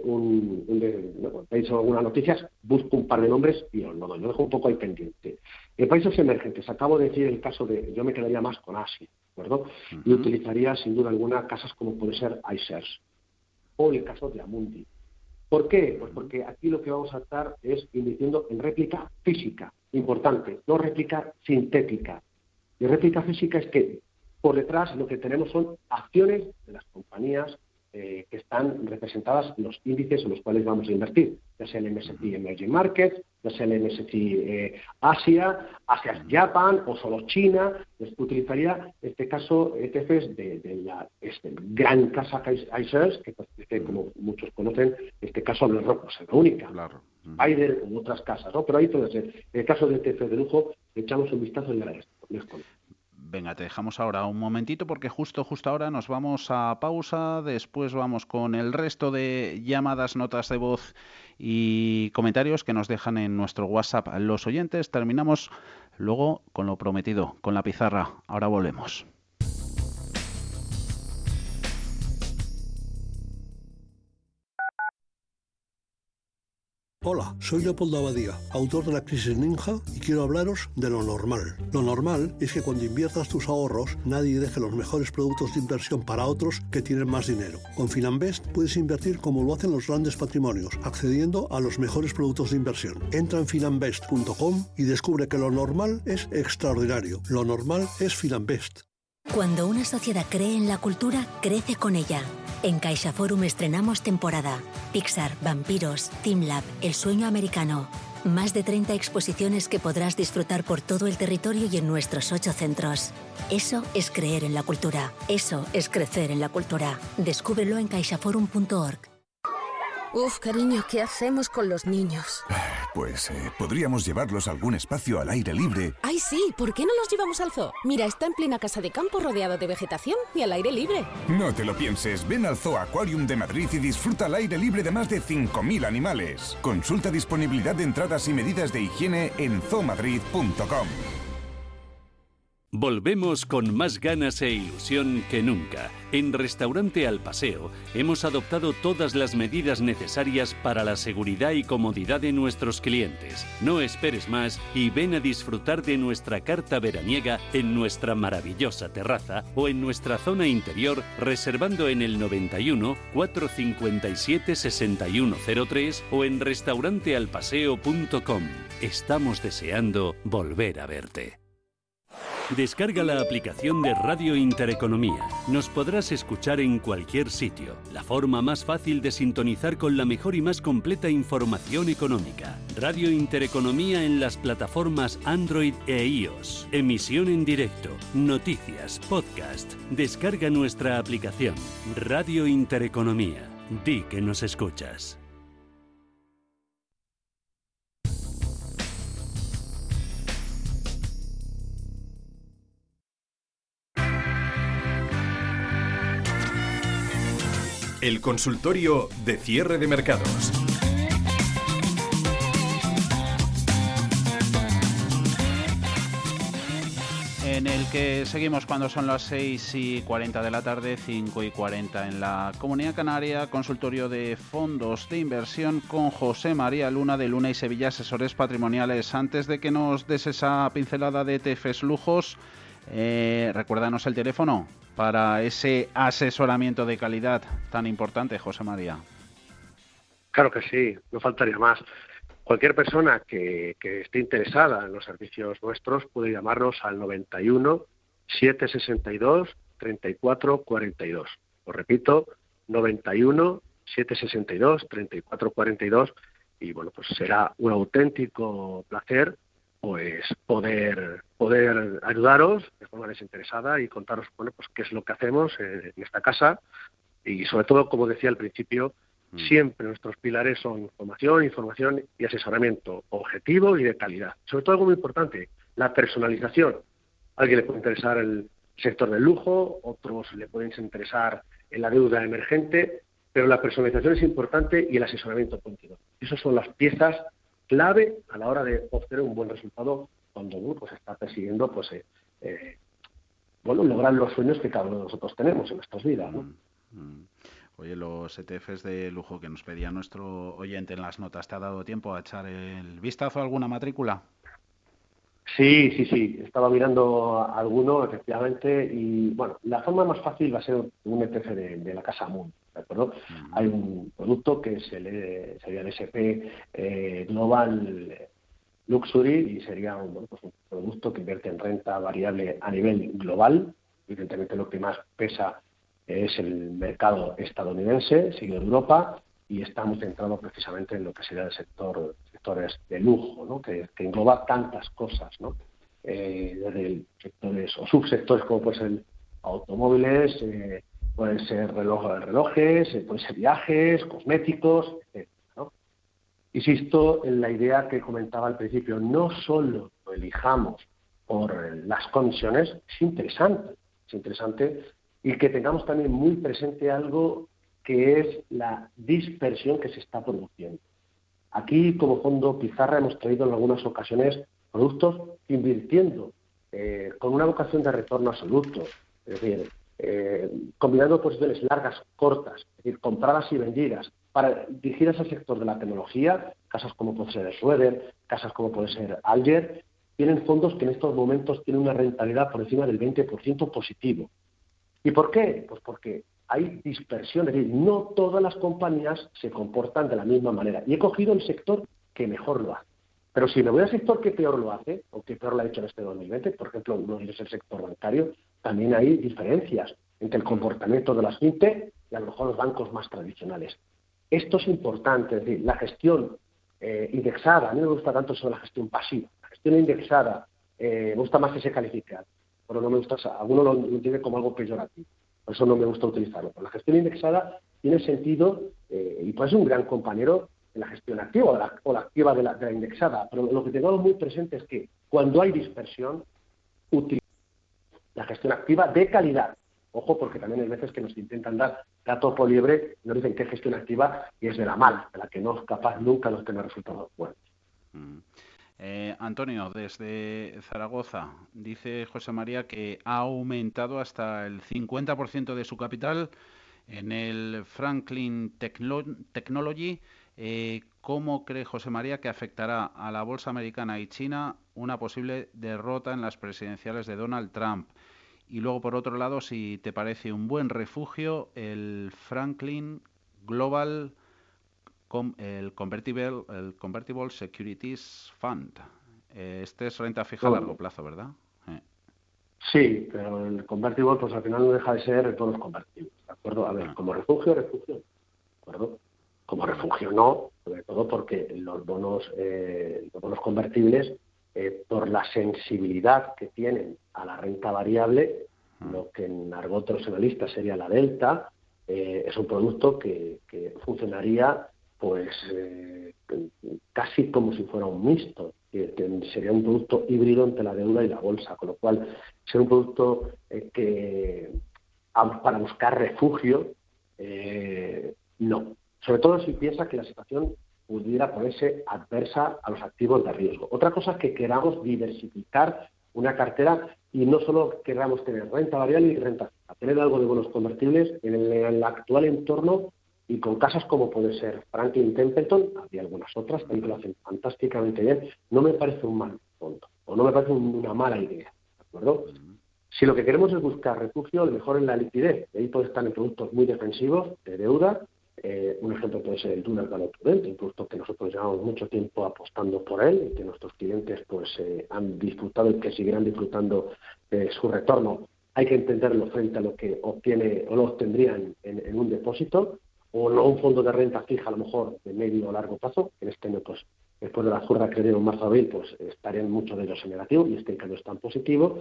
veis algunas noticias, busco un par de nombres y os lo doy, lo dejo un poco ahí pendiente. En países emergentes, acabo de decir el caso de, yo me quedaría más con Asia, ¿de acuerdo? Y utilizaría sin duda alguna casas como puede ser iShares o el caso de Amundi. ¿Por qué? Pues porque aquí lo que vamos a estar es invirtiendo en réplica física, importante, no réplica sintética. Y réplica física es que por detrás lo que tenemos son acciones de las compañías que están representadas en los índices en los cuales vamos a invertir. ya sea el MSCI Emerging Markets, ya sea el MSCI Asia Japan o solo China. Después utilizaría, en este caso, ETFs de la gran casa iShares, que como muchos conocen, en este caso BlackRock es la única, claro. Spider u otras casas, ¿no? Pero ahí puede ser. En el caso de ETF de lujo, le echamos un vistazo y les conozco. Venga, te dejamos ahora un momentito porque justo ahora nos vamos a pausa, después vamos con el resto de llamadas, notas de voz y comentarios que nos dejan en nuestro WhatsApp los oyentes. Terminamos luego con lo prometido, con la pizarra. Ahora volvemos. Hola, soy Leopoldo Abadía, autor de La Crisis Ninja, y quiero hablaros de lo normal. Lo normal es que cuando inviertas tus ahorros, nadie deje los mejores productos de inversión para otros que tienen más dinero. Con Finanbest puedes invertir como lo hacen los grandes patrimonios, accediendo a los mejores productos de inversión. Entra en finanbest.com y descubre que lo normal es extraordinario. Lo normal es Finanbest. Cuando una sociedad cree en la cultura, crece con ella. En CaixaForum estrenamos temporada. Pixar, Vampiros, TeamLab, El sueño americano. Más de 30 exposiciones que podrás disfrutar por todo el territorio y en nuestros 8 centros. Eso es creer en la cultura. Eso es crecer en la cultura. Descúbrelo en caixaforum.org. Uf, cariño, ¿qué hacemos con los niños? Pues podríamos llevarlos a algún espacio al aire libre. ¡Ay, sí! ¿Por qué no los llevamos al zoo? Mira, está en plena casa de campo rodeado de vegetación y al aire libre. No te lo pienses, ven al Zoo Aquarium de Madrid y disfruta al aire libre de más de 5.000 animales. Consulta disponibilidad de entradas y medidas de higiene en zoomadrid.com. Volvemos con más ganas e ilusión que nunca. En Restaurante Al Paseo hemos adoptado todas las medidas necesarias para la seguridad y comodidad de nuestros clientes. No esperes más y ven a disfrutar de nuestra carta veraniega en nuestra maravillosa terraza o en nuestra zona interior reservando en el 91 457 6103 o en restaurantealpaseo.com. Estamos deseando volver a verte. Descarga la aplicación de Radio Intereconomía. Nos podrás escuchar en cualquier sitio. La forma más fácil de sintonizar con la mejor y más completa información económica. Radio Intereconomía en las plataformas Android e iOS. Emisión en directo, noticias, podcast. Descarga nuestra aplicación. Radio Intereconomía. Di que nos escuchas. El consultorio de cierre de mercados. En el que seguimos cuando son las 6:40 de la tarde, 5:40 en la Comunidad Canaria, consultorio de fondos de inversión con José María Luna de Luna y Sevilla, asesores patrimoniales. Antes de que nos des esa pincelada de ETFs lujos, recuérdanos el teléfono para ese asesoramiento de calidad tan importante, José María. Claro que sí, no faltaría más. Cualquier persona que esté interesada en los servicios nuestros puede llamarnos al 91 762 34 42. Os repito, 91 762 34 42 y bueno, pues será un auténtico placer pues poder ayudaros de forma desinteresada y contaros bueno pues qué es lo que hacemos en esta casa y sobre todo, como decía al principio, siempre nuestros pilares son formación, información y asesoramiento objetivo y de calidad. Sobre todo algo muy importante, la personalización. A alguien le puede interesar el sector del lujo, otros le pueden interesar en la deuda emergente, pero la personalización es importante y el asesoramiento continuo. Esas son las piezas clave a la hora de obtener un buen resultado cuando uno pues está persiguiendo lograr los sueños que cada uno de nosotros tenemos en nuestras vidas, ¿no? Oye, los ETFs de lujo que nos pedía nuestro oyente en las notas, ¿te ha dado tiempo a echar el vistazo a alguna matrícula? Sí. Estaba mirando alguno, efectivamente, y bueno, la forma más fácil va a ser un ETF de la casa Moon, ¿de acuerdo? Hay un producto que sería el SP Global Luxury y sería un producto que invierte en renta variable a nivel global. Evidentemente lo que más pesa es el mercado estadounidense, seguido de Europa, y está muy centrado precisamente en lo que sería el sectores de lujo, ¿no? que engloba tantas cosas, ¿no? Desde sectores o subsectores como pueden ser automóviles, pueden ser relojes, pueden ser viajes, cosméticos, etc., ¿no? Insisto en la idea que comentaba al principio, no solo lo elijamos por las comisiones, es interesante y que tengamos también muy presente algo que es la dispersión que se está produciendo. Aquí, como Fondo Pizarra, hemos traído en algunas ocasiones productos invirtiendo con una vocación de retorno absoluto, es decir, combinando posiciones largas, cortas, es decir, compradas y vendidas, para dirigidas al sector de la tecnología, casas como puede ser Schroeder, casas como puede ser Alger, tienen fondos que en estos momentos tienen una rentabilidad por encima del 20% positivo. ¿Y por qué? Pues porque hay dispersión, es decir, no todas las compañías se comportan de la misma manera. Y he cogido el sector que mejor lo hace. Pero si me voy al sector que peor lo hace, o que peor lo ha hecho en este 2020, por ejemplo, uno es el sector bancario, también hay diferencias entre el comportamiento de las fintech y a lo mejor los bancos más tradicionales. Esto es importante, es decir, la gestión indexada, a mí me gusta tanto sobre la gestión pasiva. La gestión indexada, me gusta más que se califique, pero no me gusta, alguno lo entiende como algo peyorativo, por eso no me gusta utilizarlo. Pero la gestión indexada tiene sentido y puede ser un gran compañero en la gestión activa o la activa de la indexada, pero lo que tenemos muy presente es que cuando hay dispersión, utilizamos la gestión activa de calidad. Ojo, porque también hay veces que nos intentan dar gato por liebre, nos dicen que es gestión activa y es de la mala, de la que no es capaz nunca de obtener resultados buenos. Antonio, desde Zaragoza, dice José María que ha aumentado hasta el 50% de su capital en el Franklin Technology. ¿Cómo cree José María que afectará a la bolsa americana y China una posible derrota en las presidenciales de Donald Trump? Y luego, por otro lado, si te parece un buen refugio el Franklin Global el Convertible Securities Fund. Este es renta fija a largo plazo, ¿verdad? Sí, pero el convertible pues al final no deja de ser todos los convertibles, ¿de acuerdo? A ver, como refugio, ¿de acuerdo? Como refugio no, sobre todo porque los bonos convertibles, por la sensibilidad que tienen a la renta variable, lo que en argot de los analistas sería la delta, es un producto que funcionaría pues casi como si fuera un mixto, que sería un producto híbrido entre la deuda y la bolsa, con lo cual sería un producto que para buscar refugio no, sobre todo si piensa que la situación pudiera ponerse adversa a los activos de riesgo. Otra cosa es que queramos diversificar una cartera y no solo queramos tener renta variable y renta fija, tener algo de bonos convertibles en el actual entorno y con casas como puede ser Franklin Templeton, había algunas otras también que lo hacen fantásticamente bien, no me parece un mal fondo o no me parece una mala idea, ¿de acuerdo? Si lo que queremos es buscar refugio, lo mejor es la liquidez, de ahí puede estar en productos muy defensivos de deuda. Un ejemplo puede ser el Dunar Valor Prudente, un producto que nosotros llevamos mucho tiempo apostando por él y que nuestros clientes pues han disfrutado y que seguirán disfrutando su retorno. Hay que entenderlo frente a lo que obtiene o lo obtendrían en un depósito o no un fondo de renta fija a lo mejor de medio o largo plazo. En este año pues después de la curva que dieron en marzo-abril pues estarían muchos de ellos en negativo y este cambio está en positivo,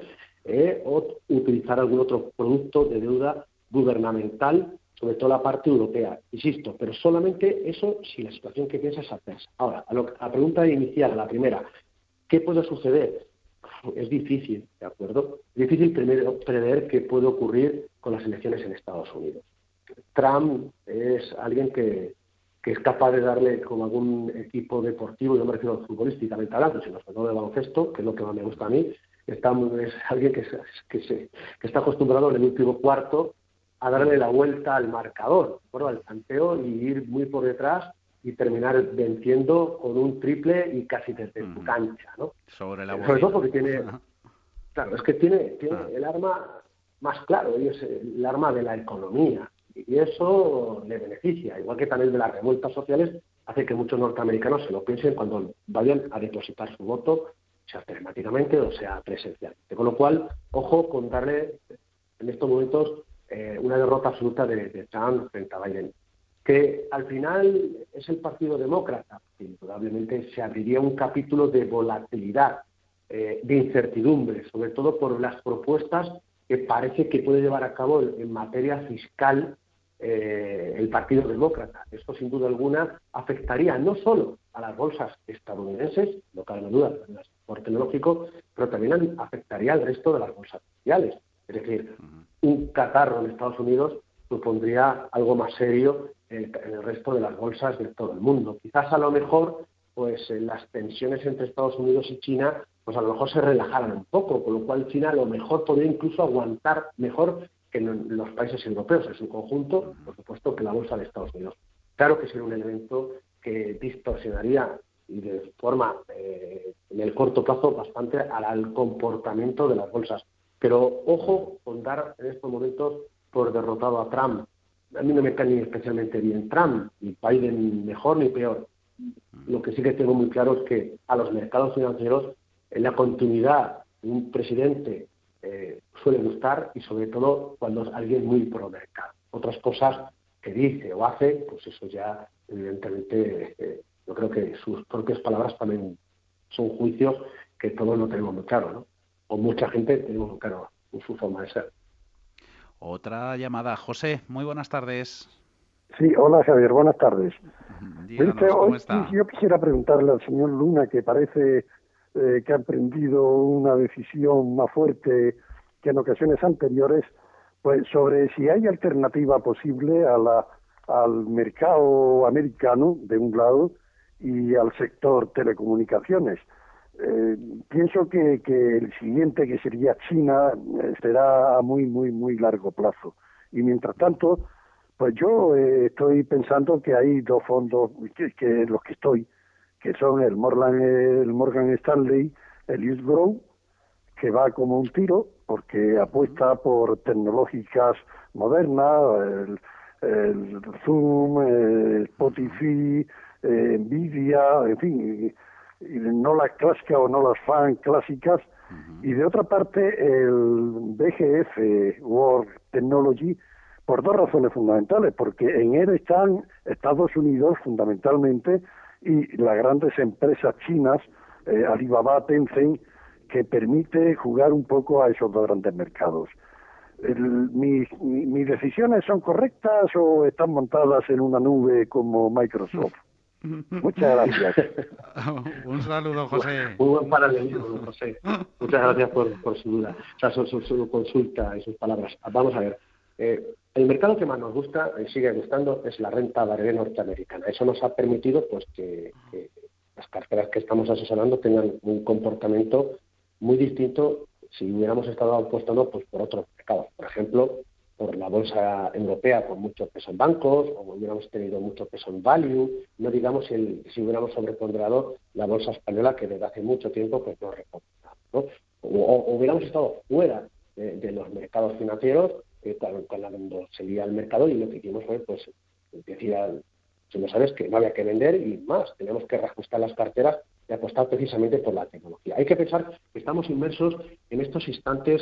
o utilizar algún otro producto de deuda gubernamental, sobre todo la parte europea, insisto, pero solamente eso si la situación que piensa es adversa. Ahora, a la pregunta inicial, a la primera, ¿qué puede suceder? Es difícil, ¿de acuerdo? Es difícil primero prever qué puede ocurrir con las elecciones en Estados Unidos. Trump es alguien que es capaz de darle como algún equipo deportivo, yo me refiero futbolísticamente hablando, sino sobre todo de baloncesto, que es lo que más me gusta a mí, es alguien que está acostumbrado en el último cuarto a darle la vuelta al marcador, al tanteo y ir muy por detrás y terminar venciendo con un triple y casi desde tu cancha, ¿no? Sobre todo porque tiene, claro, es que tiene el arma más claro, y es el arma de la economía, y eso le beneficia, igual que también de las revueltas sociales, hace que muchos norteamericanos se lo piensen cuando vayan a depositar su voto, sea telemáticamente o sea presencialmente. Con lo cual, ojo con darle en estos momentos una derrota absoluta de Trump frente a Biden. que al final es el Partido Demócrata, que probablemente se abriría un capítulo de volatilidad, de incertidumbre, sobre todo por las propuestas que parece que puede llevar a cabo en materia fiscal el Partido Demócrata. Esto, sin duda alguna, afectaría no solo a las bolsas estadounidenses, no cabe duda, en el sector tecnológico, pero también afectaría al resto de las bolsas mundiales. Es decir, un catarro en Estados Unidos supondría algo más serio en el resto de las bolsas de todo el mundo. Quizás a lo mejor pues las tensiones entre Estados Unidos y China pues a lo mejor se relajaran un poco, con lo cual China a lo mejor podría incluso aguantar mejor que en los países europeos en su conjunto, por supuesto, que la bolsa de Estados Unidos. Claro que sería un elemento que distorsionaría y de forma en el corto plazo bastante al comportamiento de las bolsas. Pero ojo con dar en estos momentos por derrotado a Trump. A mí no me cae ni especialmente bien Trump, ni Biden mejor ni peor. Lo que sí que tengo muy claro es que a los mercados financieros en la continuidad de un presidente suele gustar, y sobre todo cuando es alguien muy pro mercado. Otras cosas que dice o hace, pues eso ya evidentemente yo creo que sus propias palabras también son juicios que todos no tenemos muy claro, ¿no? O mucha gente tenemos muy claro su forma de ser. Otra llamada. José, muy buenas tardes. Sí, hola Javier, buenas tardes. Díganos, ¿cómo está? Yo quisiera preguntarle al señor Luna, que parece que ha emprendido una decisión más fuerte que en ocasiones anteriores, pues sobre si hay alternativa posible al mercado americano, de un lado, y al sector telecomunicaciones. Pienso que el siguiente, que sería China, será a muy largo plazo. Y mientras tanto, pues yo estoy pensando que hay dos fondos que los que estoy, que son el Morgan Stanley, el US Growth, que va como un tiro, porque apuesta por tecnológicas modernas, el Zoom, Spotify, Nvidia, en fin, y no las clásicas o no las fan clásicas. Y de otra parte el BGF World Technology, por dos razones fundamentales, porque en él están Estados Unidos fundamentalmente y las grandes empresas chinas, Alibaba, Tencent, que permite jugar un poco a esos dos grandes mercados. ¿Mis decisiones son correctas o están montadas en una nube como Microsoft? Muchas gracias. Un saludo, José. Muy buen paralelismo, José. Muchas gracias por su duda, o sea, su consulta y sus palabras. Vamos a ver. El mercado que más nos gusta, sigue gustando, es la renta variable norteamericana. Eso nos ha permitido pues que las carteras que estamos asesorando tengan un comportamiento muy distinto si hubiéramos estado apostando pues por otros mercados. Por ejemplo, por la bolsa europea con mucho peso en bancos, o hubiéramos tenido mucho peso en value, no digamos si hubiéramos sobreponderado la bolsa española, que desde hace mucho tiempo pues no recomendamos, ¿no? O hubiéramos estado fuera de los mercados financieros, cuando se lía el mercado, y lo que hicimos fue pues decía, si no sabes, que no había que vender y más, teníamos que reajustar las carteras y apostar precisamente por la tecnología. Hay que pensar que estamos inmersos en estos instantes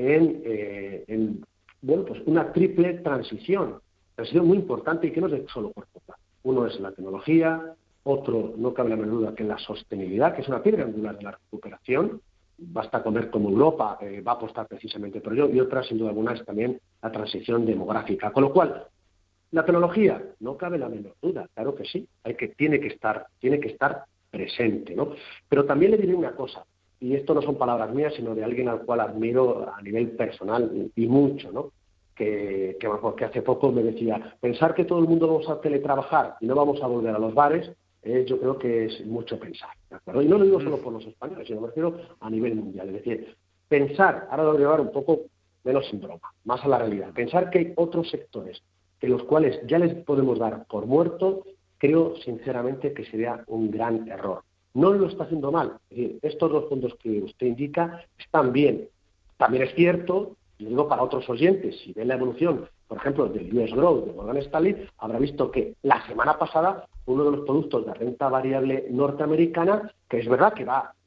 en pues una triple transición muy importante, y que no es de solo corto plazo. Uno es la tecnología, otro, no cabe la menor duda, que la sostenibilidad, que es una piedra angular de la recuperación. Basta con ver cómo Europa va a apostar precisamente por ello, y otra, sin duda alguna, es también la transición demográfica. Con lo cual, la tecnología, no cabe la menor duda, claro que sí, tiene que estar presente, ¿no? Pero también le diré una cosa, y esto no son palabras mías, sino de alguien al cual admiro a nivel personal y mucho, ¿no? Que hace poco me decía, pensar que todo el mundo vamos a teletrabajar y no vamos a volver a los bares, yo creo que es mucho pensar, ¿de acuerdo? Y no lo digo solo por los españoles, sino me refiero a nivel mundial. Es decir, pensar, ahora lo voy a llevar un poco menos en broma, más a la realidad, pensar que hay otros sectores en los cuales ya les podemos dar por muerto, creo sinceramente que sería un gran error. No lo está haciendo mal, es decir, estos dos puntos que usted indica están bien. También es cierto, y lo digo para otros oyentes, si ven la evolución, por ejemplo, del US Growth de Morgan Stanley, habrá visto que la semana pasada uno de los productos de renta variable norteamericana, que es verdad que va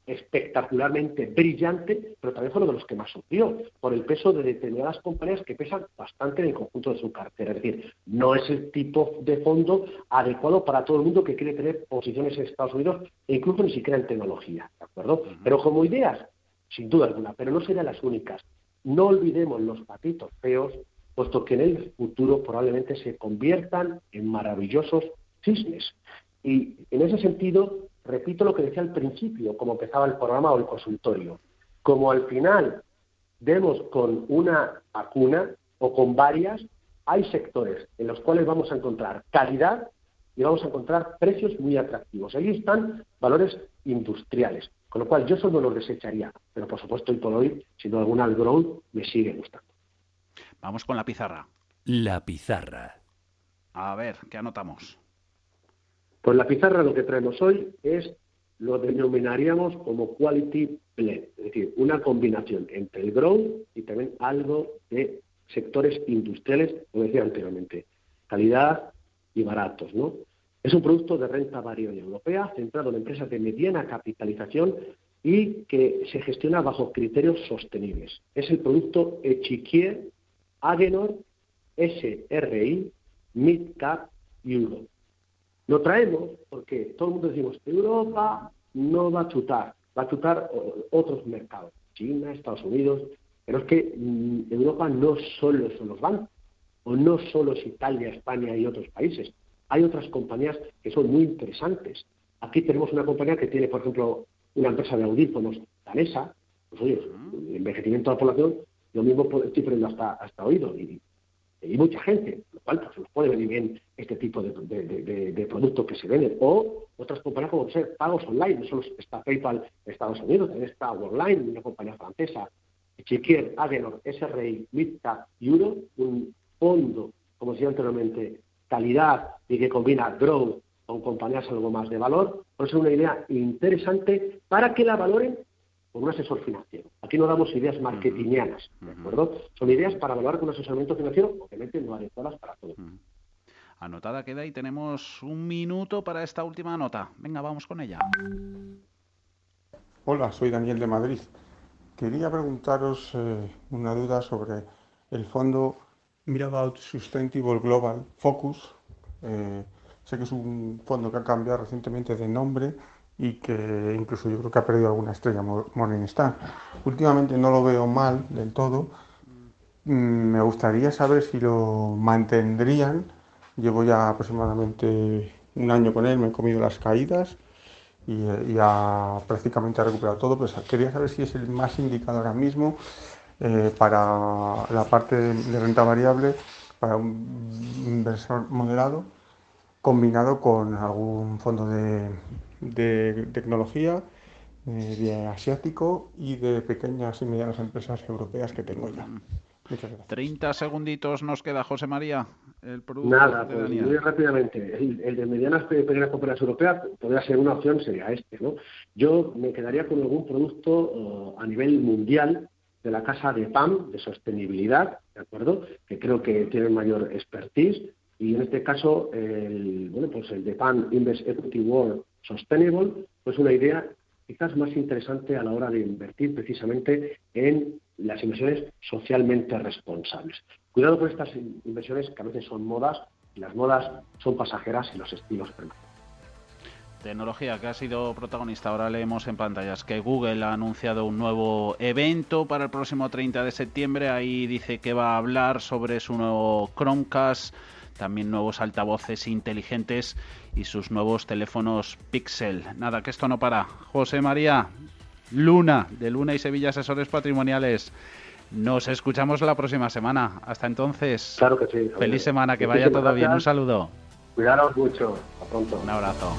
espectacularmente brillante, pero también fue uno de los que más sufrió, por el peso de determinadas compañías que pesan bastante en el conjunto de su cartera. Es decir, no es el tipo de fondo adecuado para todo el mundo que quiere tener posiciones en Estados Unidos e incluso ni siquiera en tecnología, ¿de acuerdo? Pero como ideas, sin duda alguna, pero no serían las únicas. No olvidemos los patitos feos, puesto que en el futuro probablemente se conviertan en maravillosos cisnes. Y en ese sentido, repito lo que decía al principio, como empezaba el programa o el consultorio. Como al final demos con una vacuna o con varias, hay sectores en los cuales vamos a encontrar calidad y vamos a encontrar precios muy atractivos. Ahí están valores industriales, con lo cual yo solo los desecharía, pero por supuesto hoy por hoy, sin duda alguna, el growth me sigue gustando. Vamos con la pizarra. La pizarra. A ver, ¿qué anotamos? Pues la pizarra lo que traemos hoy es lo denominaríamos como quality blend, es decir, una combinación entre el growth y también algo de sectores industriales, como decía anteriormente, calidad y baratos, ¿no? Es un producto de renta variable europea centrado en empresas de mediana capitalización y que se gestiona bajo criterios sostenibles. Es el producto Echiquier Agenor SRI Mid Cap Euro. Lo traemos porque todo el mundo decimos Europa no va a chutar otros mercados, China, Estados Unidos, pero es que Europa no solo son los bancos, o no solo es Italia, España y otros países. Hay otras compañías que son muy interesantes. Aquí tenemos una compañía que tiene, por ejemplo, una empresa de audífonos danesa. Pues oye, el envejecimiento de la población, yo mismo estoy perdiendo hasta oído y mucha gente, lo cual pues nos puede venir bien este tipo de productos que se venden. O otras compañías como ser pagos online, no solo está PayPal en Estados Unidos, también está Worldline, una compañía francesa, Echiquier Agenor SRI Midcap Euro, un fondo, como decía anteriormente, calidad y que combina growth con compañías algo más de valor. Por eso es una idea interesante para que la valoren con un asesor financiero. Aquí no damos ideas marketingianas, ¿de acuerdo? Son ideas para valorar con un asesoramiento financiero, obviamente no adecuadas para todo. Anotada queda y tenemos un minuto para esta última nota. Venga, vamos con ella. Hola, soy Daniel de Madrid. Quería preguntaros una duda sobre el fondo Mirabaud Sustainable Global Focus. Sé que es un fondo que ha cambiado recientemente de nombre y que incluso yo creo que ha perdido alguna estrella Morningstar. Últimamente no lo veo mal del todo. Me gustaría saber si lo mantendrían. Llevo ya aproximadamente un año con él, me he comido las caídas y prácticamente ha recuperado todo. Pues quería saber si es el más indicado ahora mismo para la parte de renta variable, para un inversor moderado, combinado con algún fondo de tecnología, de asiático y de pequeñas y medianas empresas europeas que tengo ya. Muchas gracias. 30 segunditos nos queda, José María. El producto Nada, de pues Daniel. muy rápidamente. El de medianas y pequeñas compañías europeas podría ser una opción, sería este, ¿no? Yo me quedaría con algún producto a nivel mundial de la casa de PAM, de sostenibilidad, ¿de acuerdo? Que creo que tiene mayor expertise. Y en este caso, el de PAM Invest Equity World Sustainable, pues una idea quizás más interesante a la hora de invertir precisamente en las inversiones socialmente responsables. Cuidado con estas inversiones que a veces son modas, y las modas son pasajeras y los estilos permanentes. Tecnología que ha sido protagonista. Ahora leemos en pantallas que Google ha anunciado un nuevo evento para el próximo 30 de septiembre. Ahí dice que va a hablar sobre su nuevo Chromecast, también nuevos altavoces inteligentes y sus nuevos teléfonos Pixel. Nada, que esto no para. José María, Luna, de Luna y Sevilla Asesores Patrimoniales. Nos escuchamos la próxima semana. Hasta entonces, claro que sí. Feliz semana, que vaya todo bien. Un saludo. Cuidaros mucho. Hasta pronto. Un abrazo.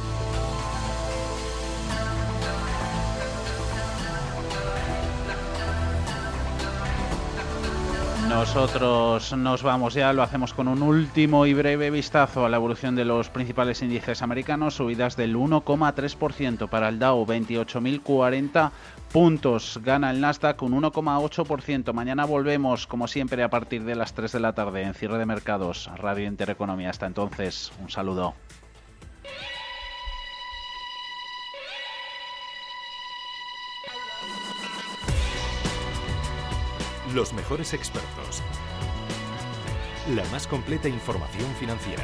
Nosotros nos vamos ya, lo hacemos con un último y breve vistazo a la evolución de los principales índices americanos, subidas del 1,3% para el Dow, 28.040 puntos, gana el Nasdaq un 1,8%. Mañana volvemos, como siempre, a partir de las 3 de la tarde en Cierre de Mercados, Radio Intereconomía. Hasta entonces, un saludo. los mejores expertos, la más completa información financiera,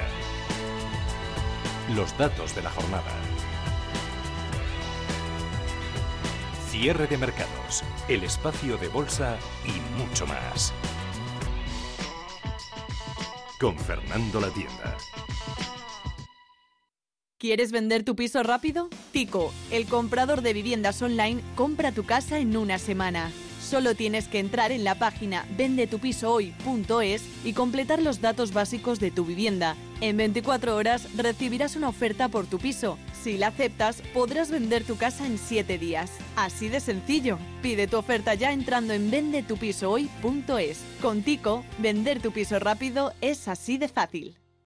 los datos de la jornada, cierre de mercados, el espacio de bolsa y mucho más. Con Fernando Latienda. ¿Quieres vender tu piso rápido? Tico, el comprador de viviendas online, compra tu casa en una semana. Solo tienes que entrar en la página vendetupisohoy.es y completar los datos básicos de tu vivienda. En 24 horas recibirás una oferta por tu piso. Si la aceptas, podrás vender tu casa en 7 días. Así de sencillo. Pide tu oferta ya entrando en vendetupisohoy.es. Con Tico, vender tu piso rápido es así de fácil.